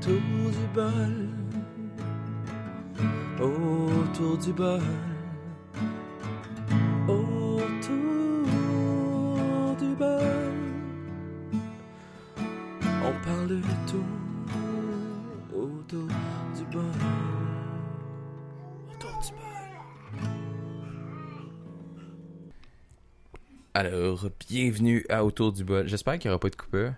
autour du bol, autour du bol, autour du bol. On parle de tout autour du bol, autour du bol. Alors, bienvenue à Autour du bol. J'espère qu'il n'y aura pas de coupure.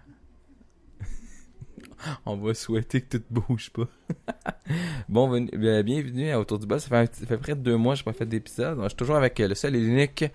On va souhaiter que tout bouge pas. Bon, bienvenue à Autour du bol. Ça fait près de 2 mois que je n'ai pas fait d'épisode. Je suis toujours avec le seul et l'unique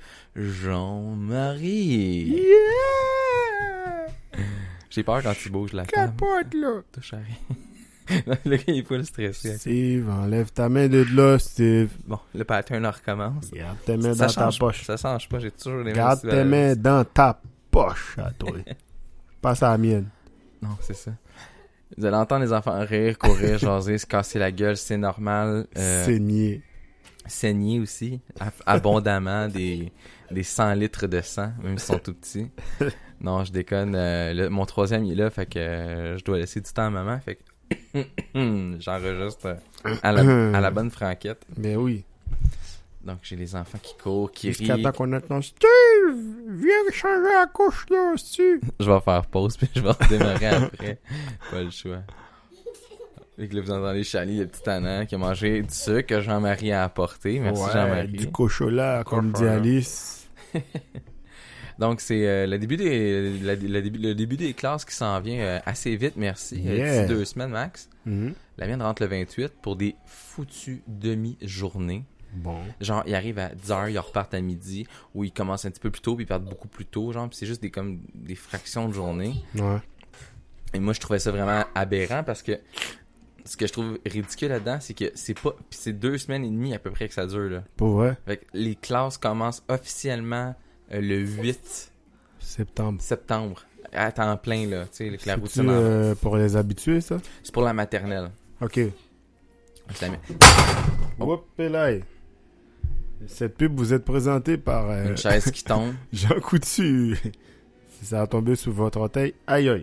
Jean-Marie. Yeah! J'ai peur quand tu bouges la table. Capote, là! Touche à rien. Le gars, il est pas le stressé. Steve, enlève ta main de là, Steve. Bon, le pattern recommence. Garde tes mains Ça dans ta change, poche. ça change pas, j'ai toujours les Garde mêmes tes mains dans ta poche, à toi. Passe à la mienne. Non, c'est ça. Vous allez entendre les enfants rire, courir, jaser, se casser la gueule, c'est normal. Saigner. Saigner aussi, abondamment, des 100 litres de sang, même s'ils sont tout petits. Non, je déconne. Mon troisième, il est là, fait que je dois laisser du temps à maman, fait que j'enregistre à la bonne franquette. Ben oui. Donc, j'ai les enfants qui courent, qui Jusqu'à rient. temps qu'on attend. Steve, viens changer la couche, là, Steve. Je vais faire pause, puis je vais redémarrer après. Pas le choix. Et que là, vous entendez Charlie, le petit tannant, qui a mangé du sucre que Jean-Marie a apporté. Merci, Ouais, Jean-Marie. du cocholat, comme dit Alice. Donc, c'est le début des classes qui s'en vient assez vite, merci. Yeah. D'ici 2 semaines, max. Mhm. La mienne rentre le 28 pour des foutues demi-journées. Bon. Genre, ils arrivent à 10h, ils repartent à midi, ou ils commencent un petit peu plus tôt, puis ils partent beaucoup plus tôt, genre, puis c'est juste comme des fractions de journée. Ouais. Et moi, je trouvais ça vraiment aberrant parce que ce que je trouve ridicule là-dedans, c'est que c'est pas. Puis c'est 2 semaines et demie à peu près que ça dure, là. Pour vrai. Fait que les classes commencent officiellement le 8 Septembre. septembre, à temps plein, là. Tu sais, avec la C'est-tu, routine. pour les habitués, ça? C'est pour la maternelle. Ok. Je la mets. Hop, là. Cette pub vous êtes présentée par Une chaise qui tombe. Jean Coutu. Si ça a tombé sous votre orteil, aïe aïe.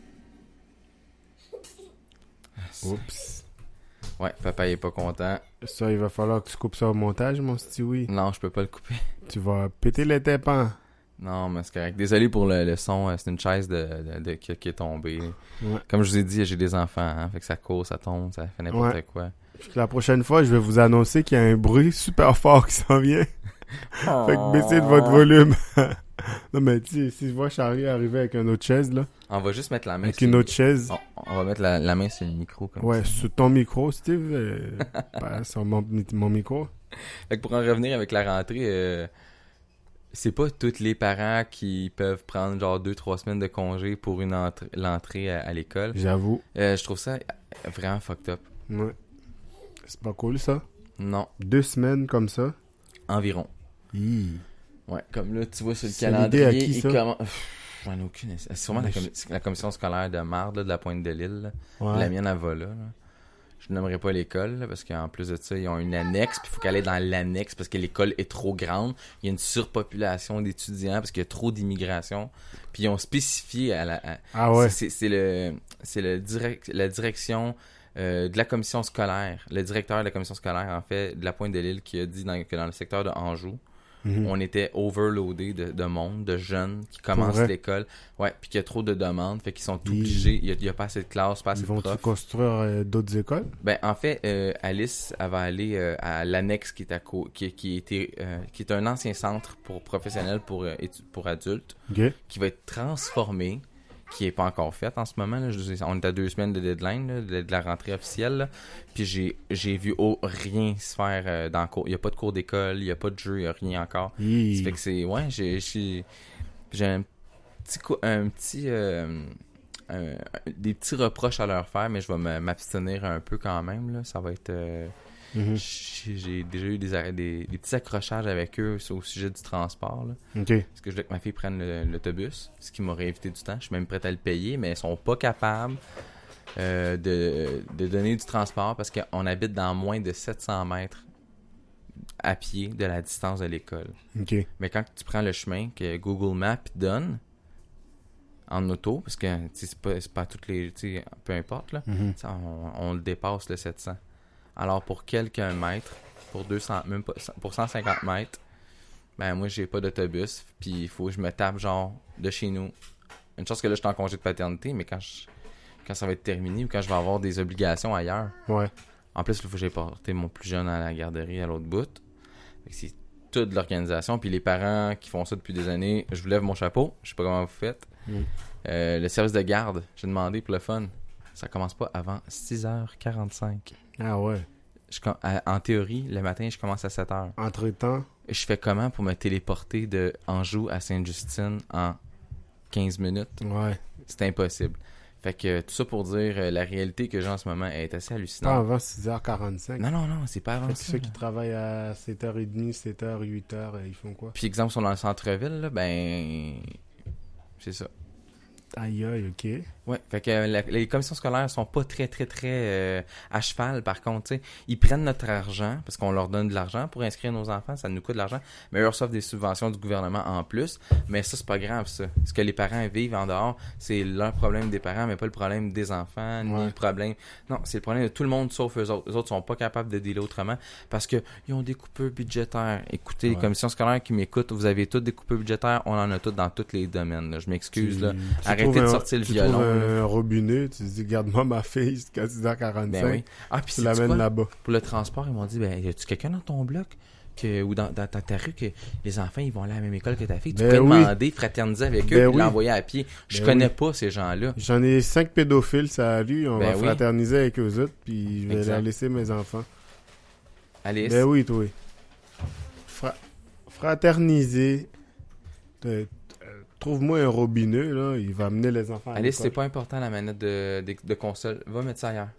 Oups. Ouais, papa, il est pas content. Ça, il va falloir que tu coupes ça au montage, mon Stewie. Non, je peux pas le couper. Tu vas péter les tympans. Non, mais c'est correct. Désolé pour le son. C'est une chaise qui est tombée. Ouais. Comme je vous ai dit, j'ai des enfants. Hein, fait que ça court, ça tombe, ça fait n'importe Ouais. quoi. Puis la prochaine fois, je vais vous annoncer qu'il y a un bruit super fort qui s'en vient. Fait que baissez de votre volume. Non, mais tu sais, si je vois Charlie arriver avec une autre chaise, là. On va juste mettre la main Avec sur une autre chaise. On va mettre la main sur le micro comme Ouais, ça. sur ton micro, Steve. Sur mon micro. Fait que pour en revenir avec la rentrée, c'est pas tous les parents qui peuvent prendre genre 2-3 semaines de congé pour l'entrée à l'école. J'avoue. Je trouve ça vraiment fucked up. Ouais. C'est pas cool, ça? Non, 2 semaines comme ça. environ. Hi. Ouais, comme là, tu vois sur le C'est l'idée à calendrier, qui, ça? J'en ai aucune. C'est sûrement Mais la commission scolaire de marde là, de la Pointe-de-l'Île. Là. Ouais. La mienne, elle va là. Je n'aimerais pas l'école, là, parce qu'en plus de ça, ils ont une annexe, puis il faut qu'elle aille dans l'annexe parce que l'école est trop grande. Il y a une surpopulation d'étudiants parce qu'il y a trop d'immigration. Puis ils ont spécifié Ah ouais. c'est la direction de la commission scolaire, le directeur de la commission scolaire, en fait, de la Pointe-de-l'Île, qui a dit que dans le secteur de Anjou, on était overloadé de monde, de jeunes qui commencent vrai? l'école. Ouais, puis qu'il y a trop de demandes, fait qu'ils sont obligés. Il y a pas assez de classes, pas assez Ils de vont-tu profs. construire d'autres écoles? Ben, en fait, Alice, elle va aller à l'annexe qui est qui est un ancien centre pour professionnels pour adultes, Ok. qui va être transformé, qui est pas encore fait en ce moment. Là. On est à 2 semaines de deadline là, de la rentrée officielle. Là. Puis j'ai vu rien se faire dans le cours. Il n'y a pas de cours d'école, il n'y a pas de jeu, il n'y a rien encore. Hi. Ça fait que c'est... Ouais, j'ai un petit... des petits reproches à leur faire, mais je vais m'abstenir un peu quand même. Là. Ça va être... Mhm. J'ai déjà eu des petits accrochages avec eux au sujet du transport. Là. Ok. Parce que je voulais que ma fille prenne l'autobus, ce qui m'aurait évité du temps. Je suis même prêt à le payer, mais ils sont pas capables de donner du transport parce qu'on habite dans moins de 700 mètres à pied de la distance de l'école. Ok. Mais quand tu prends le chemin que Google Maps donne, en auto, parce que c'est pas toutes les... peu importe, là. On le dépasse, le 700. Alors, pour quelques mètres, pour 200, même pas, pour 150 mètres, ben moi, j'ai pas d'autobus, puis il faut que je me tape, genre, de chez nous. Une chose que là, je suis en congé de paternité, mais quand ça va être terminé ou quand je vais avoir des obligations ailleurs. Ouais. En plus, il faut que j'ai porté mon plus jeune à la garderie à l'autre bout. Fait que c'est toute l'organisation. Puis les parents qui font ça depuis des années, je vous lève mon chapeau. Je sais pas comment vous faites. Le service de garde, j'ai demandé pour le fun. Ça commence pas avant 6h45. Ah ouais. En théorie, le matin, je commence à 7h. Entre-temps. Je fais comment pour me téléporter de Anjou à Sainte-Justine en 15 minutes? Ouais. C'est impossible. Fait que tout ça pour dire, la réalité que j'ai en ce moment est assez hallucinante. Pas avant 6h45. Non, c'est pas avant ça. Ceux qui travaillent à 7h30, 7h, 8h, ils font quoi? Puis exemple, sont dans le centre-ville, là, ben... C'est ça. Aïe, ok. Ouais, fait que les commissions scolaires sont pas très à cheval, par contre, tu sais. Ils prennent notre argent, parce qu'on leur donne de l'argent pour inscrire nos enfants, ça nous coûte de l'argent, mais eux reçoivent des subventions du gouvernement en plus, mais ça, c'est pas grave, ça. Ce que les parents vivent en dehors, c'est leur problème des parents, mais pas le problème des enfants, ni le problème... Non, c'est le problème de tout le monde, sauf eux autres. Eux autres sont pas capables de dealer autrement, parce que ils ont des coupures budgétaires. Écoutez, les commissions scolaires qui m'écoutent, vous avez toutes des coupures budgétaires, on en a toutes dans tous les domaines, là. Je m'excuse, là. Arrêtez de sortir le violon. Un robinet, tu dis, garde-moi ma fille jusqu'à 6h45. Ben oui. Ah, puis tu l'amènes là-bas. Pour le transport, ils m'ont dit, ben, y a-tu quelqu'un dans ton bloc ou dans ta rue que les enfants, ils vont aller à la même école que ta fille? Tu peux demander, fraterniser avec eux, puis l'envoyer à pied. Je connais pas ces gens-là. J'en ai 5 pédophiles sur la rue, on va fraterniser avec eux autres, puis je vais leur laisser mes enfants. Alice? Ben oui, toi. Fraterniser. Trouve-moi un robinet, là, il va amener les enfants à Alice, l'école. c'est pas important la manette de console. Va mettre ça ailleurs.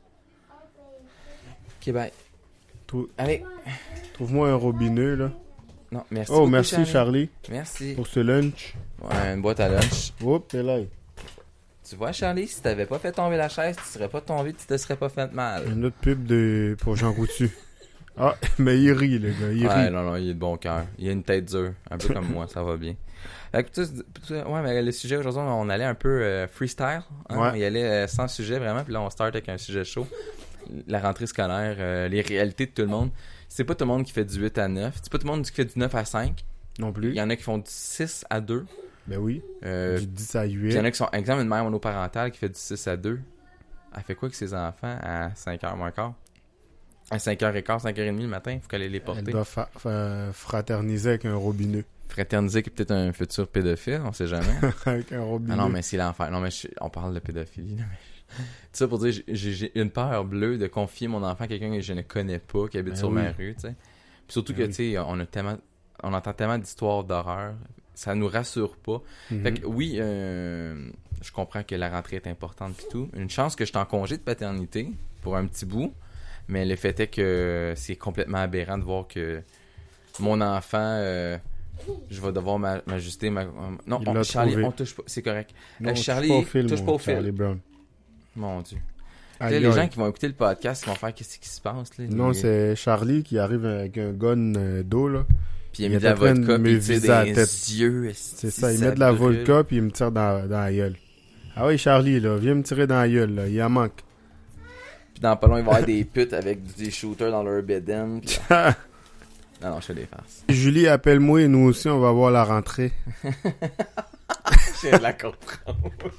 Ok, bye. Allez. Trouve-moi un robinet, là. Non, merci. Oh, merci, Charlie. Merci. Pour ce lunch. Ouais, une boîte à lunch. Oups, et là. Tu vois, Charlie, si t'avais pas fait tomber la chaise, tu serais pas tombé, tu te serais pas fait mal. Une autre pub pour Jean Coutu. Ah, mais il rit, le gars, il rit. Non, il est de bon cœur. Il a une tête dure, un peu comme moi, ça va bien. Ouais, mais le sujet aujourd'hui, on allait un peu freestyle. Hein? Ouais. On y allait sans sujet, vraiment. Puis là, on start avec un sujet chaud. La rentrée scolaire, les réalités de tout le monde. C'est pas tout le monde qui fait du 8 à 9. C'est pas tout le monde qui fait du 9 à 5. Non plus. Il y en a qui font du 6 à 2. Ben oui. Du 10 à 8. Il y en a qui sont, exemple, une mère monoparentale qui fait du 6 à 2. Elle fait quoi avec ses enfants à 5h moins quart? À 5h15, 5h30 le matin, il faut qu'elle les porter. Elle doit fraterniser avec un robinet. Fraterniser qui est peut-être un futur pédophile, on sait jamais. Avec un robinet. Ah non, mais c'est l'enfer. Non, mais on parle de pédophilie. Là, mais... Tout ça pour dire, j'ai une peur bleue de confier mon enfant à quelqu'un que je ne connais pas, qui habite sur ma rue, tu sais. Puis surtout que, tu sais, on entend tellement d'histoires d'horreur, ça nous rassure pas. Fait que oui, je comprends que la rentrée est importante pis tout. Une chance que je suis en congé de paternité pour un petit bout. Mais le fait est que c'est complètement aberrant de voir que mon enfant, je vais devoir m'ajuster. Non, Charlie, on touche pas. C'est correct. Non, Charlie, touche pas au fil. Charlie Brown. Mon Dieu. Les gens qui vont écouter le podcast, ils vont faire qu'est-ce qui se passe. Là, non, c'est Charlie qui arrive avec un gun d'eau, là. Puis il met de la vodka, puis il tire dans les yeux. C'est ça, il met de la vodka, puis il me tire dans la gueule. Ah oui, Charlie, là, viens me tirer dans la gueule, là. Il en manque. Dans pas long, il va y avoir des putes avec des shooters dans leur bedaine. Pis... non, je fais des farces. Julie, appelle-moi et nous aussi, on va voir la rentrée. Je viens de la comprendre.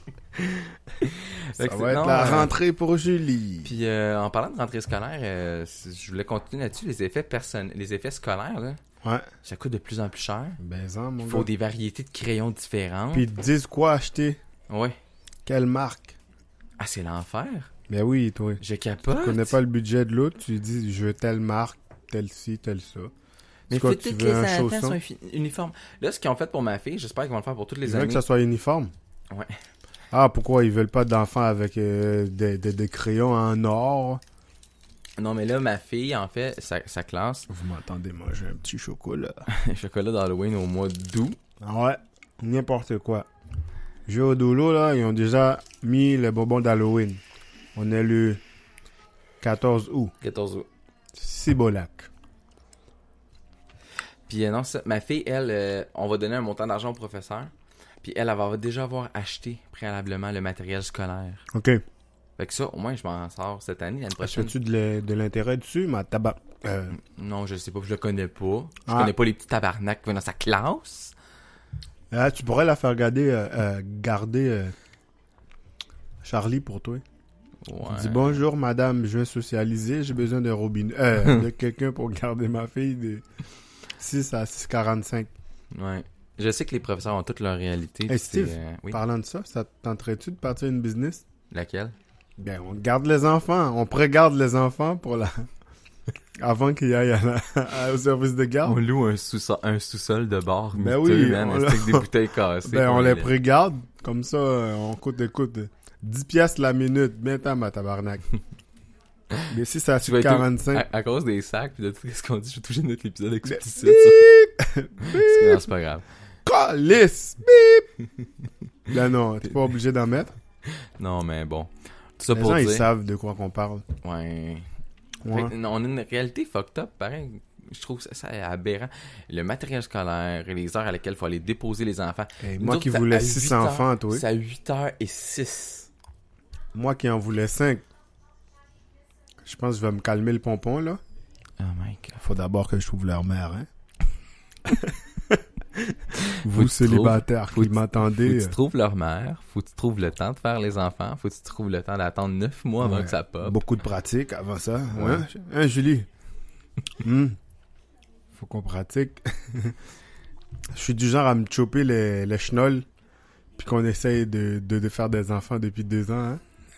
Ça va être la rentrée pour Julie. Puis en parlant de rentrée scolaire, je voulais continuer là-dessus. Les effets scolaires, là, ça coûte de plus en plus cher. Il faut des variétés de crayons différentes. Puis ils te disent quoi acheter. Ouais. Quelle marque? Ah, c'est l'enfer. Ben oui, toi. Je capote. Tu connais pas le budget de l'autre, tu lui dis je veux telle marque, telle ci, telle ça. Mais faut que les enfants soient uniformes. Là, ce qu'ils ont fait pour ma fille, j'espère qu'ils vont le faire pour toutes les années. Ils veulent que ça soit uniforme? Ouais. Ah, pourquoi? Ils veulent pas d'enfants avec des crayons en or? Non, mais là, ma fille, en fait, sa classe... Vous m'entendez manger un petit chocolat. Chocolat d'Halloween au mois d'août. Ouais, n'importe quoi. Géodolo, là, ils ont déjà mis les bonbons d'Halloween. On est le 14 août. 14 août. Cibolac. Puis non, ma fille, elle, on va donner un montant d'argent au professeur. Puis elle va déjà avoir acheté préalablement le matériel scolaire. OK. Fait que ça, au moins, je m'en sors cette année. L'année prochaine. As-tu de l'intérêt dessus, ma tabac? Non, je sais pas, je le connais pas. Je connais pas les petits tabarnaks qui vont dans sa classe. Ah, tu pourrais la faire garder Charlie pour toi. Ouais. Dis bonjour madame, je viens socialiser, j'ai besoin d'un robinet. De quelqu'un pour garder ma fille de 6 à 6h45. Ouais. Je sais que les professeurs ont toute leur réalité. Hey Steve, oui. parlant de ça, ça te tenterait-tu de partir une business? Laquelle? Bien, on garde les enfants, on prégarde les enfants pour avant qu'ils aillent au service de garde. On loue un sous-sol de bar. Ben oui, man, avec des bouteilles cassées. Ben on les prégarde, comme ça, on écoute, 10 piastres la minute, bien temps ma tabarnak. Mais si ça suit 45... À cause des sacs, puis de tout ce qu'on dit, je vais toucher notre épisode explicite. Non, c'est pas grave. Calice! Bip! Là non, t'es pas obligé d'en mettre. Non, mais bon. Tout ça Les pour gens, dire... ils savent de quoi qu'on parle. Ouais. Ouais. Fait, on a une réalité fucked up, pareil. Je trouve ça est aberrant. Le matériel scolaire et les heures à lesquelles il faut aller déposer les enfants. Hey, moi qui voulais 6 enfants, toi. C'est à 8h06. Moi qui en voulais 5. Je pense que je vais me calmer le pompon, là. Oh my God. Faut d'abord que je trouve leur mère, hein. Vous, célibataires qui m'entendez. Faut que tu trouves leur mère. Faut que tu trouves le temps de faire les enfants. Faut que tu trouves le temps d'attendre 9 mois avant que ça pop. Beaucoup de pratique avant ça. Ouais. Hein, Julie? Faut qu'on pratique. Je suis du genre à me choper les chenolles puis qu'on essaye de faire des enfants depuis 2 ans, hein.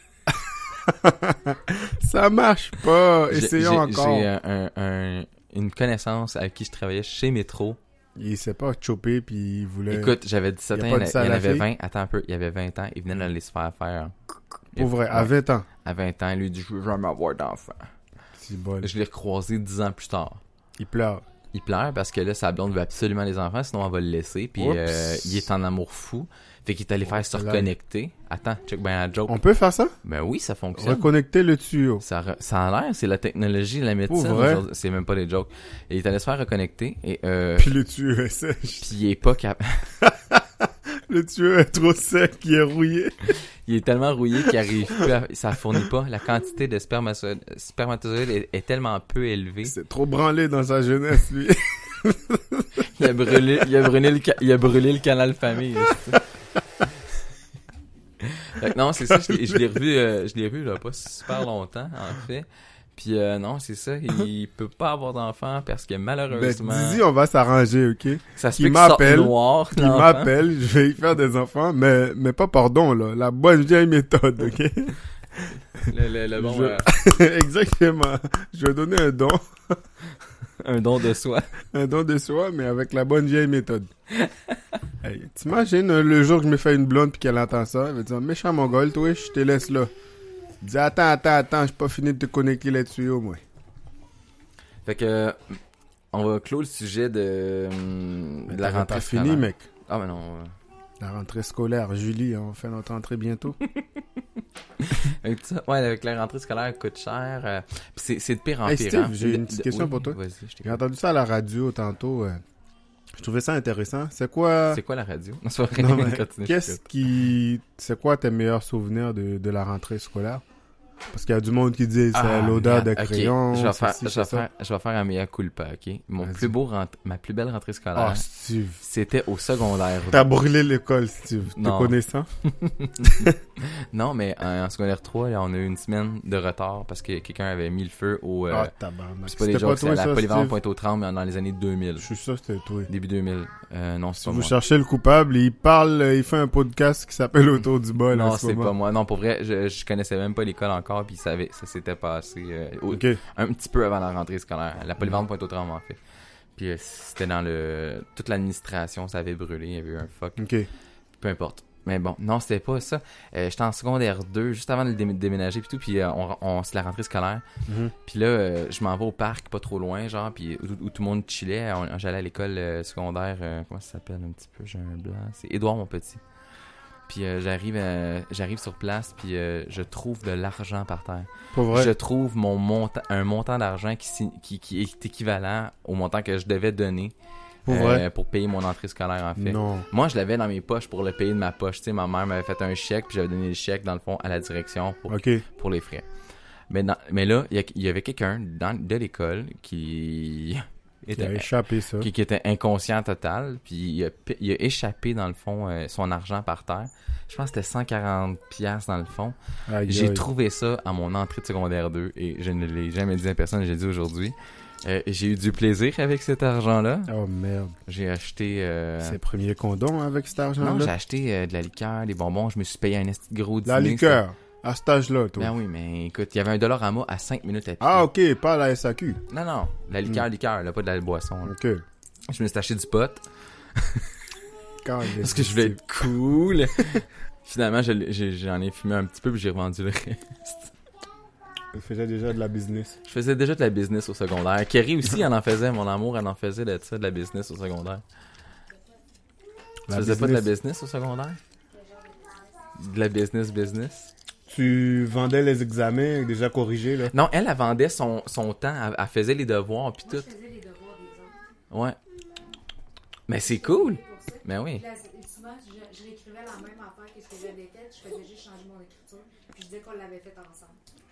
Ça marche pas. Essayons encore. J'ai une connaissance avec qui je travaillais chez Métro. Il s'est pas chopé puis il voulait... Écoute, j'avais 17 ans, il y en avait fille? 20. Attends un peu, il y avait 20 ans. Il venait d'aller se faire faire. Pour vrai, à 20 ans. À 20 ans, il lui dit « Je veux jamais avoir d'enfant. » C'est bon. Je l'ai recroisé 10 ans plus tard. Il pleure. Il pleure parce que là, sa blonde veut absolument les enfants, sinon on va le laisser. Puis il est en amour fou. Fait qu'il est allé faire se reconnecter. Attends, check bien la joke. On peut faire ça? Ben oui, ça fonctionne. Reconnecter le tuyau. Ça a l'air, c'est la technologie, la médecine. C'est même pas des jokes. Et il est allé se faire reconnecter. Et puis le tuyau est sèche. Puis il est pas capable. Le tuyau est trop sec, il est rouillé. Il est tellement rouillé qu'il arrive plus ça fournit pas. La quantité de spermatozoïdes est tellement peu élevée. C'est trop branlé dans sa jeunesse, lui. Il a brûlé le canal famille. Fait que non, c'est ça, je l'ai revu là, pas super longtemps, en fait. Puis non, c'est ça, il peut pas avoir d'enfant parce que malheureusement... Ben, Dizzy, on va s'arranger, ok? Ça se fait qu'il sorte noir, il m'appelle, je vais y faire des enfants, mais pas pardon, là. La bonne vieille méthode, ok? Le bon... Exactement. Je vais donner un don. Un don de soi. Un don de soi, mais avec la bonne vieille méthode. Hey, t'imagines le jour que je me fais une blonde puis qu'elle entend ça, elle va dire « Méchant mongol, toi, je te laisse là. » Dis « Attends, j'ai pas fini de te connecter les tuyaux, moi. » Fait que... On va clore le sujet de la rentrée scolaire. Fini, mec. Ah, mais non... La rentrée scolaire. Julie, on fait notre rentrée bientôt. Avec la rentrée scolaire, coûte cher. Puis c'est de pire en pire. Steve, hein. j'ai une petite question pour toi. Vas-y, j'ai entendu ça à la radio tantôt. Je trouvais ça intéressant. C'est quoi... C'est quoi la radio? Non, c'est pas vrai. C'est quoi tes meilleurs souvenirs de la rentrée scolaire? Parce qu'il y a du monde qui dit c'est l'odeur de crayon. Je vais faire un mea culpa, ok? Ma plus belle rentrée scolaire, Steve. C'était au secondaire. T'as brûlé l'école, Steve. Non. Te connaissant? Non, mais en secondaire 3, là, on a eu une semaine de retard parce que quelqu'un avait mis le feu au... tabarnak. C'est pas des jokes, c'est à la polyvalente Pointe-aux-Trembles dans les années 2000. Je suis sûr que c'était toi. Début 2000. Non, c'est pas moi. Vous cherchez le coupable, il fait un podcast qui s'appelle Autour du bol. Non, c'est pas moi. Non, pour vrai, je connaissais même pas l'école encore, puis ça s'était passé un petit peu avant la rentrée scolaire. La polyvalente Pointe-aux-Trembles, en fait. Puis c'était dans toute l'administration, ça avait brûlé, il y avait eu un fuck. OK. Peu importe. Mais bon, non, c'était pas ça. J'étais en secondaire 2, juste avant de déménager puis tout, puis c'est la rentrée scolaire. Mm-hmm. Puis là, je m'en vais au parc, pas trop loin, genre, puis où tout le monde chillait. J'allais à l'école secondaire, comment ça s'appelle un petit peu, j'ai un blanc. C'est Édouard Montpetit. Puis j'arrive sur place, puis je trouve de l'argent par terre. Pas vrai? Je trouve un montant d'argent qui est équivalent au montant que je devais donner Pour vrai? pour payer mon entrée scolaire, en fait. Non. Moi, je l'avais dans mes poches pour le payer de ma poche. Tu sais, ma mère m'avait fait un chèque, puis j'avais donné le chèque, dans le fond, à la direction OK. pour les frais. Mais là, il y avait quelqu'un de l'école qui Il a échappé ça. qui était inconscient total, puis il a échappé, dans le fond, son argent par terre. Je pense que c'était 140 piastres dans le fond. Aïe, J'ai aïe. trouvé ça à mon entrée de secondaire 2 et je ne l'ai jamais dit à personne, j'ai dit aujourd'hui. J'ai eu du plaisir avec cet argent-là. Oh merde. J'ai acheté... C'est le premier condom avec cet argent-là? Non, j'ai acheté de la liqueur, des bonbons. Je me suis payé un esti de gros dîner. La liqueur. À cet âge-là, toi. Ben oui, mais écoute, il y avait un $1 à 5 minutes à pied. Ah, OK. Pas la SAQ. Non, la liqueur, là, pas de la boisson. Là. OK. Je me suis acheté du pot. Parce que je voulais être cool. Finalement, j'en ai fumé un petit peu puis j'ai revendu le reste. Il faisait déjà de la business. Je faisais déjà de la business au secondaire. Kerry aussi, elle en faisait. Mon amour, elle en faisait de ça, de la business au secondaire. Tu faisais pas de la business au secondaire? De la business? Tu vendais les examens déjà corrigés, là? Non, elle vendait son temps. Elle faisait les devoirs puis tout. Je faisais les devoirs des autres. Ouais. Mais c'est cool. Pour ça. Mais oui. Là, souvent, je réécrivais la même affaire que ce que j'avais fait. Je faisais juste changer mon écriture. Puis je disais qu'on l'avait fait ensemble.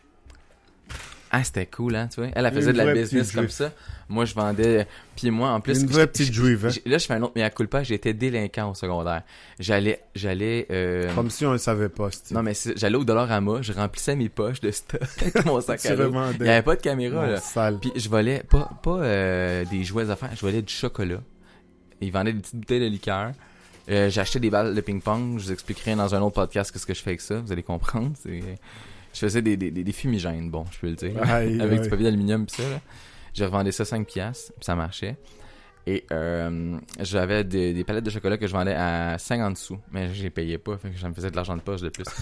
Ah, c'était cool, hein, tu vois. Elle faisait de la business comme ça. Moi, je vendais... Puis moi, en plus... Une vraie petite juive, hein? Là, je fais un autre mea culpa. J'étais délinquant au secondaire. J'allais... Comme si on le savait pas, Steve. Non, mais j'allais au Dollarama, je remplissais mes poches de stock avec mon sac à dos. Il n'y avait pas de caméra, là. Sale. Puis je volais pas des jouets à faire, je volais du chocolat. Ils vendaient des petites bouteilles de liqueur. J'achetais des balles de ping-pong. Je vous expliquerai dans un autre podcast ce que je fais avec ça. Vous allez comprendre. Je faisais des fumigènes, bon, je peux le dire. Aïe, avec aïe. du papier d'aluminium pis ça, là. J'ai revendé ça 5 piastres, pis ça marchait. Et j'avais des palettes de chocolat que je vendais à 50 sous, mais je les payais pas, fait que ça me faisait de l'argent de poche de plus.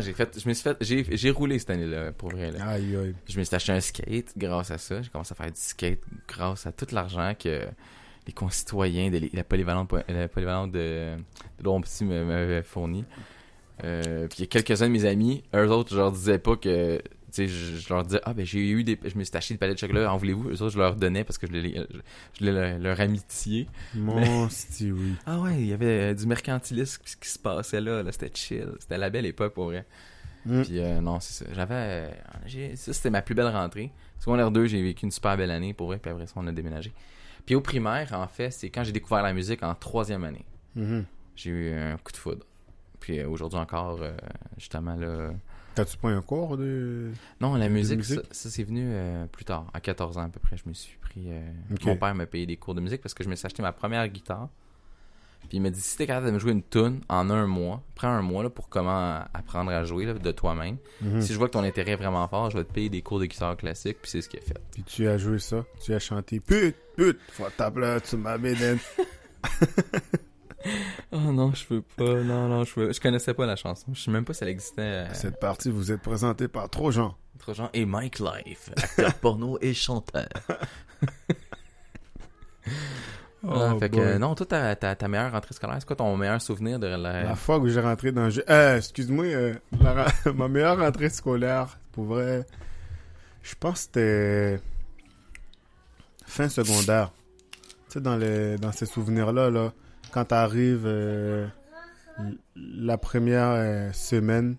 J'ai roulé cette année-là, pour vrai, là. Aïe, aïe. Je me suis acheté un skate grâce à ça. J'ai commencé à faire du skate grâce à tout l'argent que les concitoyens de la polyvalente de Lompetit m'avaient fourni. Puis il y a quelques-uns de mes amis, eux autres, je leur disais pas que... Tu sais, je leur disais, je me suis acheté des palettes de chocolat, en voulez-vous? Eux autres, je leur donnais parce que je voulais leur amitié. Mon Steve, oui. Ah ouais, il y avait du mercantilisme qui se passait là, c'était chill. C'était la belle époque, pour vrai. Puis non, c'est ça. Ça, c'était ma plus belle rentrée. Secondaire 2, j'ai vécu une super belle année, pour vrai, puis après ça, on a déménagé. Puis au primaire, en fait, c'est quand j'ai découvert la musique en 3e année. J'ai eu un coup de foudre. Puis aujourd'hui encore, justement, là... T'as-tu pas un cours de... Non, la musique, musique? ça c'est venu plus tard, à 14 ans à peu près. Je me suis pris... Mon père m'a payé des cours de musique parce que je me suis acheté ma première guitare. Puis il m'a dit, si t'es capable de me jouer une tune en un mois, prends un mois là, pour comment apprendre à jouer là, de toi-même. Si je vois que ton intérêt est vraiment fort, je vais te payer des cours de guitare classique, puis c'est ce qu'il a fait. Puis tu as joué ça, tu as chanté « Pute, faut t'appeler, tu m'as bédé. » Oh non, je peux pas. Non, je connaissais pas la chanson. Je sais même pas si elle existait. Cette partie vous êtes présentée par Trojan. Trojan et Mike Life, acteur porno et chanteur. Fait que non, toi, ta meilleure rentrée scolaire, c'est quoi ton meilleur souvenir de La fois où j'ai rentré dans le jeu... excuse-moi, ma meilleure rentrée scolaire, pour vrai, je pense que c'était fin secondaire. Tu sais, dans ces souvenirs-là, là, quand t'arrives la première semaine,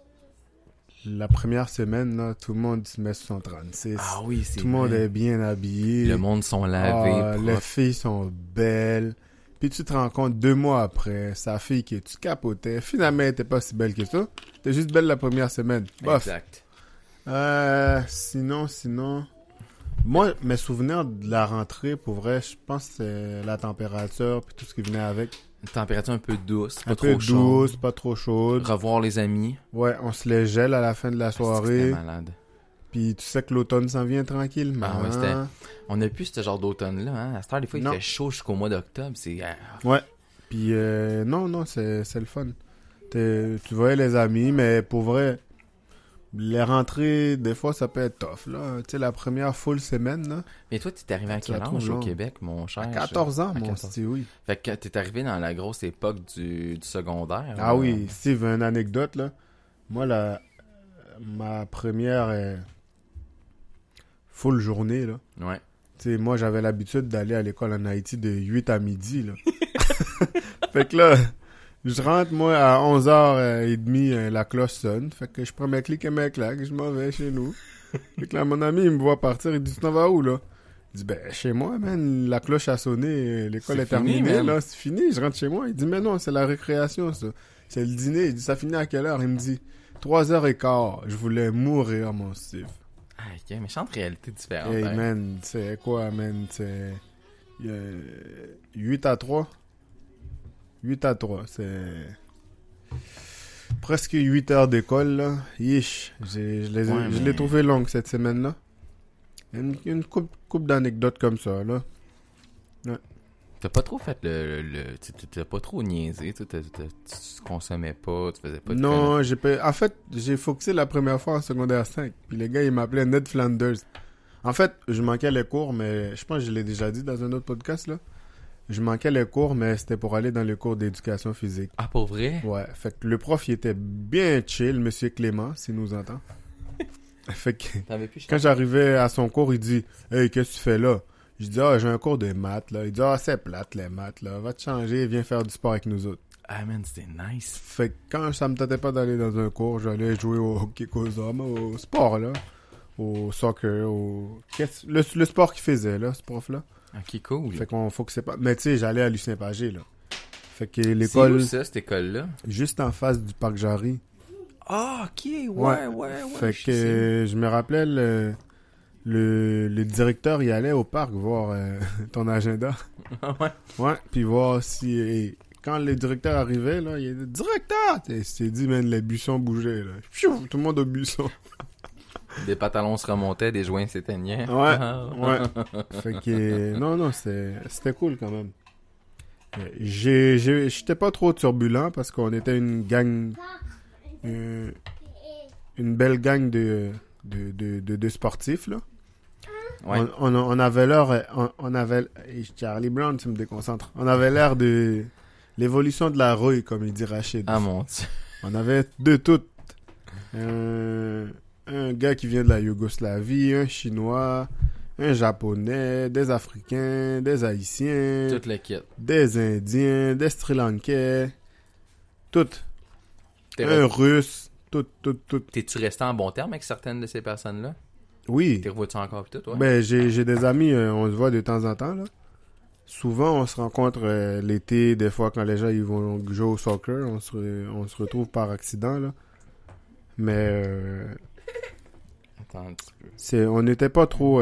là, tout le monde se met sur son 36. Ah oui, c'est tout le monde est bien habillé. Le monde sont lavés. Les filles sont belles. Puis tu te rends compte 2 mois après, sa fille qui tu capotais, finalement elle était pas si belle que ça. T'es juste belle la première semaine. Bof. Exact. Sinon... Moi, mes souvenirs de la rentrée, pour vrai, je pense que c'est la température puis tout ce qui venait avec. Une température un peu douce, pas Un trop peu chaude. douce, pas trop chaude. Revoir les amis. Ouais, on se les gèle à la fin de la soirée. C'était malade. Puis tu sais que l'automne s'en vient tranquillement. Ah ouais, c'était... On n'a plus ce genre d'automne-là, hein. À cette heure, des fois, il fait chaud jusqu'au mois d'octobre. C'est... Ouais. Puis non, c'est le fun. Tu voyais les amis, mais pour vrai... Les rentrées, des fois, ça peut être tough, là. Tu sais, la première full semaine, là. Mais toi, t'es arrivé à quel âge au Québec, mon cher? À 14 ans, à mon 14. Steve, oui. Fait que t'es arrivé dans la grosse époque du secondaire. Ah oui, Steve, une anecdote, là. Moi, ma première full journée, là. Ouais. Tu sais, moi, j'avais l'habitude d'aller à l'école en Haïti de 8 à midi, là. Fait que là, je rentre, moi, à 11h30, la cloche sonne. Fait que je prends mes clics et mes claques, je m'en vais chez nous. Fait que là, mon ami, il me voit partir, il dit, tu t'en vas où, là? Je dis, ben, chez moi, man, la cloche a sonné, l'école C'est est terminée, fini, man. là, c'est fini, je rentre chez moi. Il dit, mais non, c'est la récréation, ça. C'est le dîner. Il dit, ça finit à quelle heure? Il me dit, 3h15. Je voulais mourir, mon Steve. Ah, ok, méchante réalité différente. Hey, hein. man, c'est quoi, man? C'est 8 à 3. 8 à 3, c'est presque 8 heures d'école, là. Yish, je l'ai trouvé longue cette semaine-là. Une couple d'anecdotes comme ça, là. T'as pas trop fait t'as pas trop niaisé, tu consommais pas, tu faisais pas de Non, en fait, j'ai focusé la première fois en secondaire 5. Puis les gars, ils m'appelaient Ned Flanders. En fait, je manquais les cours, mais je pense que je l'ai déjà dit dans un autre podcast, là. Je manquais les cours, mais c'était pour aller dans les cours d'éducation physique. Ah, pour vrai? Ouais, fait que le prof, il était bien chill, Monsieur Clément, s'il nous entend. Fait que T'avais plus quand j'arrivais à son cours, il dit « Hey, qu'est-ce que tu fais là? » Je dis « Ah, j'ai un cours de maths, là. » Il dit « Ah, c'est plate, les maths, là. Va te changer, viens faire du sport avec nous autres. » Ah, man, c'était nice. Fait que quand ça me tentait pas d'aller dans un cours, j'allais jouer au hockey aux hommes, au sport, là. Au soccer, le sport qu'il faisait, là, ce prof-là. Ok, cool. Fait qu'on faut que c'est pas... Mais tu sais, j'allais à Lucien Pagé, là. Fait que C'est l'école, où ça, cette école-là? juste en face du parc Jarry. Ah, ok, Ouais. Fait que je me rappelais, le directeur, il allait au parc voir ton agenda. Ouais. Ouais, puis voir si... et quand le directeur arrivait, là, il dit « Directeur! » Il s'est dit, man, les buissons bougeaient, là. Pfiou, tout le monde au buisson. Des pantalons se remontaient, des joints s'éteignaient. Ouais, ouais. Fait que... Non, c'était cool, quand même. J'étais pas trop turbulent, parce qu'on était une gang... une belle gang de sportifs, là. Ouais. On avait l'air... On avait... Charlie Brown, tu me déconcentres. On avait l'air de... L'évolution de la rouille, comme il dit Rachid. Ah, mon Dieu. On avait de tout. Un gars qui vient de la Yougoslavie, un Chinois, un Japonais, des Africains, des Haïtiens, Toute la kit. des Indiens, des Sri Lankais, tout. T'es Un re- Russe, tout. T'es-tu resté en bon terme avec certaines de ces personnes-là? Oui. T'es revois-tu encore pis tout, ouais? Ben, j'ai des amis, on se voit de temps en temps, là. Souvent, on se rencontre l'été, des fois, quand les gens ils vont jouer au soccer, on se retrouve par accident, là. Mais Attends un petit peu. on n'était pas trop